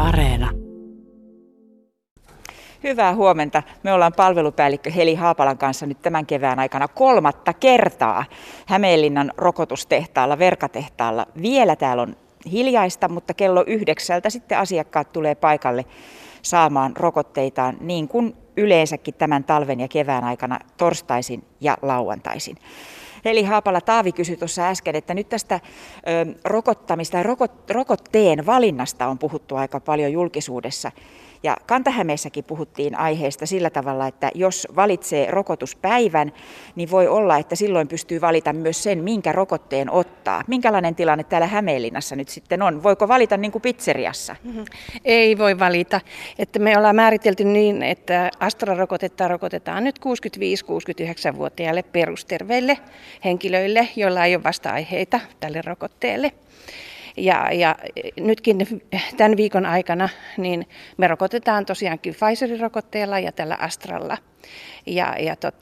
Areena. Hyvää huomenta. Me ollaan palvelupäällikkö Heli Haapalan kanssa nyt tämän kevään aikana 3. kertaa Hämeenlinnan rokotustehtaalla, Verkatehtaalla. Vielä täällä on hiljaista, mutta kello 9 sitten asiakkaat tulee paikalle saamaan rokotteitaan niin kuin yleensäkin tämän talven ja kevään aikana torstaisin ja lauantaisin. Heli Haapala, Taavi kysyi tuossa äsken, että nyt tästä rokottamista ja rokotteen valinnasta on puhuttu aika paljon julkisuudessa. Ja Kanta-Hämeessäkin puhuttiin aiheesta sillä tavalla, että jos valitsee rokotuspäivän, niin voi olla, että silloin pystyy valita myös sen, minkä rokotteen ottaa. Minkälainen tilanne täällä Hämeenlinnassa nyt sitten on? Voiko valita niin kuin pizzeriassa? Ei voi valita. Että me ollaan määritelty niin, että Astra-rokotetta rokotetaan nyt 65-69-vuotiaille perusterveille henkilöille, joilla ei ole vasta-aiheita tälle rokotteelle. Ja nytkin tämän viikon aikana niin me rokotetaan tosiaankin Pfizerin rokotteella ja tällä Astralla. Ja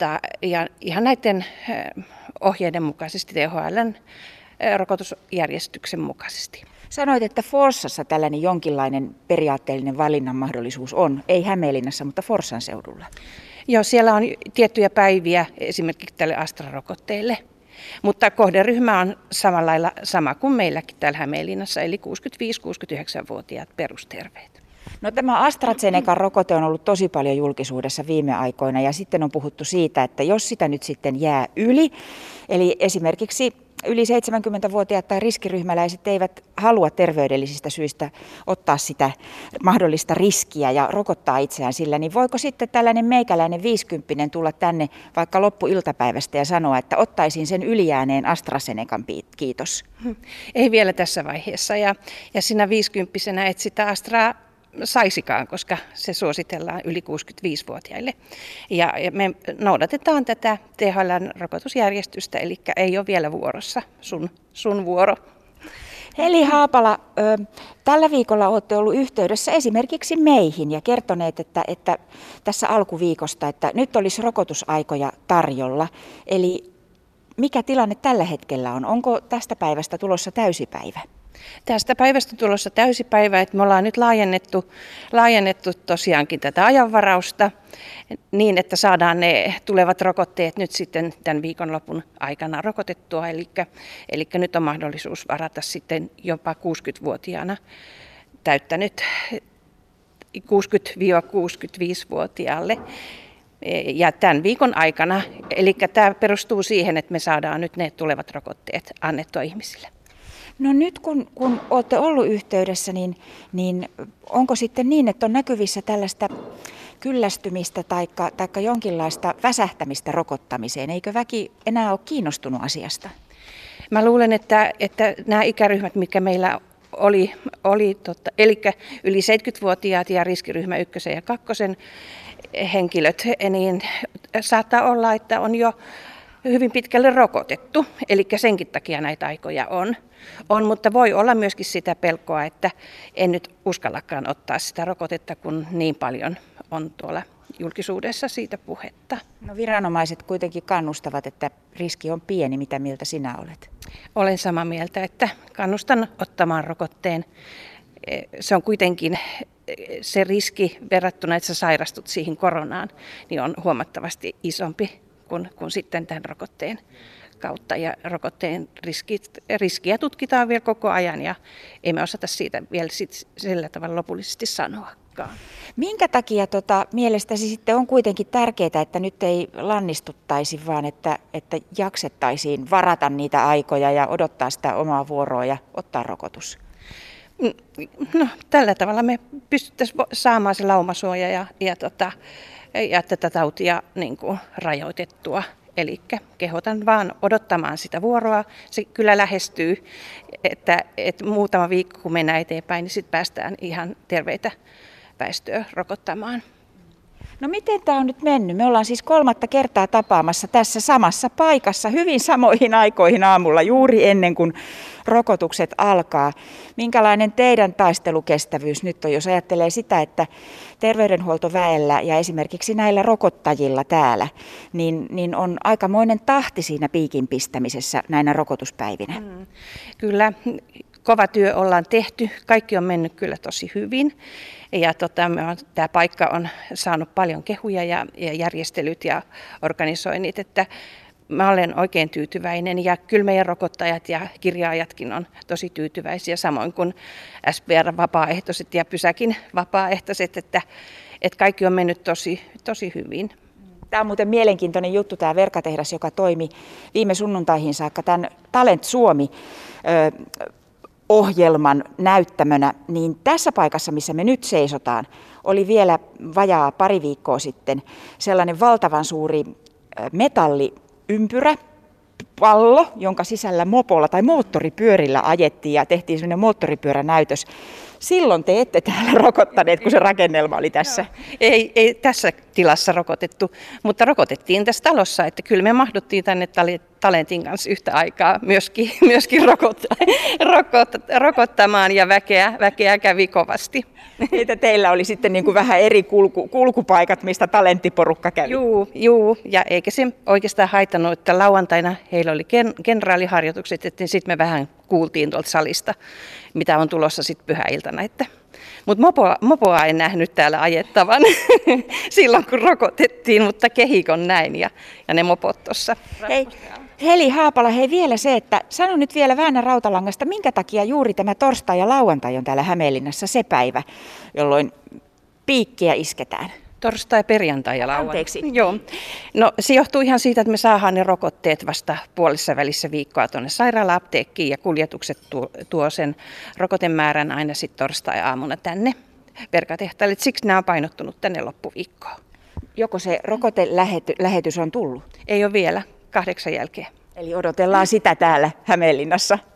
ihan näiden ohjeiden mukaisesti, THL:n rokotusjärjestyksen mukaisesti. Sanoit, että Forssassa tällainen jonkinlainen periaatteellinen valinnan mahdollisuus on, ei Hämeenlinnassa, mutta Forssan seudulla. Joo, siellä on tiettyjä päiviä esimerkiksi tälle Astra-rokotteelle. Mutta kohderyhmä on samalla lailla sama kuin meilläkin täällä Hämeenlinnassa, eli 65-69-vuotiaat perusterveet. No, tämä AstraZenecan rokote on ollut tosi paljon julkisuudessa viime aikoina ja sitten on puhuttu siitä, että jos sitä nyt sitten jää yli, eli esimerkiksi yli 70-vuotiaat tai riskiryhmäläiset eivät halua terveydellisistä syistä ottaa sitä mahdollista riskiä ja rokottaa itseään sillä, niin voiko sitten tällainen meikäläinen 50 tulla tänne vaikka loppuiltapäivästä ja sanoa, että ottaisin sen ylijääneen AstraZenecan, kiitos? Ei vielä tässä vaiheessa ja sinä 50-vuotiaana et sitä Astraa saisikaan, koska se suositellaan yli 65-vuotiaille. Ja me noudatetaan tätä THL:n rokotusjärjestystä, eli ei ole vielä vuorossa sun vuoro. Heli Haapala, tällä viikolla olette ollut yhteydessä esimerkiksi meihin ja kertoneet, että tässä alkuviikosta, että nyt olisi rokotusaikoja tarjolla. Eli mikä tilanne tällä hetkellä on? Onko tästä päivästä tulossa täysipäivä? Tästä päivästä tulossa täysipäivä, että me ollaan nyt laajennettu tosiaankin tätä ajanvarausta niin, että saadaan ne tulevat rokotteet nyt sitten tämän viikonlopun aikana rokotettua. Eli nyt on mahdollisuus varata sitten jopa 60-vuotiaana täyttänyt 60-65-vuotiaalle. Ja tämän viikon aikana, eli tämä perustuu siihen, että me saadaan nyt ne tulevat rokotteet annettua ihmisille. No nyt kun olette ollut yhteydessä, niin onko sitten niin, että on näkyvissä tällaista kyllästymistä tai jonkinlaista väsähtämistä rokottamiseen? Eikö väki enää ole kiinnostunut asiasta? Mä luulen, että nämä ikäryhmät, mitkä meillä oli eli yli 70-vuotiaat ja riskiryhmä 1 ja 2 henkilöt, niin saattaa olla, että on jo hyvin pitkälle rokotettu, eli senkin takia näitä aikoja on, mutta voi olla myöskin sitä pelkoa, että en nyt uskallakaan ottaa sitä rokotetta, kun niin paljon on tuolla julkisuudessa siitä puhetta. No, viranomaiset kuitenkin kannustavat, että riski on pieni. Mitä mieltä sinä olet? Olen samaa mieltä, että kannustan ottamaan rokotteen. Se on kuitenkin se riski verrattuna, että sä sairastut siihen koronaan, niin on huomattavasti isompi kuin sitten tämän rokotteen kautta. Ja rokotteen riskiä tutkitaan vielä koko ajan ja emme osata siitä vielä sillä tavalla lopullisesti sanoakaan. Minkä takia mielestäsi sitten on kuitenkin tärkeää, että nyt ei lannistuttaisi, vaan että jaksettaisiin varata niitä aikoja ja odottaa sitä omaa vuoroa ja ottaa rokotus? No, tällä tavalla me pystyttäisiin saamaan se laumasuoja ja tätä tautia niin kuin rajoitettua. Eli kehotan vaan odottamaan sitä vuoroa. Se kyllä lähestyy, että muutama viikko kun mennään eteenpäin, niin sitten päästään ihan terveitä väestöä rokottamaan. No, miten tämä on nyt mennyt? Me ollaan siis 3. kertaa tapaamassa tässä samassa paikassa hyvin samoihin aikoihin aamulla, juuri ennen kuin rokotukset alkaa. Minkälainen teidän taistelukestävyys nyt on, jos ajattelee sitä, että terveydenhuoltoväellä ja esimerkiksi näillä rokottajilla täällä, niin on aikamoinen tahti siinä piikin pistämisessä näinä rokotuspäivinä? Kyllä. kova työ ollaan tehty. Kaikki on mennyt kyllä tosi hyvin. Ja tämä paikka on saanut paljon kehuja ja järjestelyt ja organisoinnit, että mä olen oikein tyytyväinen ja kyllä meidän rokottajat ja kirjaajatkin on tosi tyytyväisiä, samoin kuin SPR-vapaaehtoiset ja Pysäkin vapaaehtoiset, että kaikki on mennyt tosi hyvin. Tämä on muuten mielenkiintoinen juttu, tämä verkatehdas, joka toimi viime sunnuntaihin saakka tämän Talent Suomi-ohjelman näyttämönä, niin tässä paikassa, missä me nyt seisotaan, oli vielä vajaa pari viikkoa sitten sellainen valtavan suuri metalliympyrä, pallo, jonka sisällä mopolla tai moottoripyörillä ajettiin ja tehtiin sellainen moottoripyöränäytös. Silloin te ette täällä rokottaneet, kun se rakennelma oli tässä. Ei tässä tilassa rokotettu, mutta rokotettiin tässä talossa, että kyllä me mahduttiin tänne Talentin kanssa yhtä aikaa myöskin rokottamaan ja väkeä kävi kovasti. Että teillä oli sitten niin kuin vähän eri kulkupaikat, mistä talenttiporukka kävi. Juu, ja eikä se oikeastaan haitannut, että lauantaina heillä oli kenraaliharjoitukset, että sitten me vähän kuultiin tuolta salista, mitä on tulossa sitten pyhäiltana. Mutta mopoa en nähnyt täällä ajettavan silloin, kun rokotettiin, mutta kehikon näin ja ne mopot tuossa. Hei, Heli Haapala, vielä se, että sano nyt vielä Väänä Rautalangasta, minkä takia juuri tämä torstai ja lauantai on täällä Hämeenlinnassa se päivä, jolloin piikkiä isketään? Torstai, perjantai ja lauantai. Anteeksi. Joo. No se johtuu ihan siitä, että me saadaan ne rokotteet vasta puolessa välissä viikkoa tuonne sairaala-apteekkiin ja kuljetukset tuo sen rokotemäärän aina sitten torstai-aamuna tänne verkatehtaalle. Siksi nämä on painottunut tänne loppuviikkoon. Joko se rokotelähetys on tullut? Ei ole vielä, 8 jälkeen. Eli odotellaan sitä täällä Hämeenlinnassa.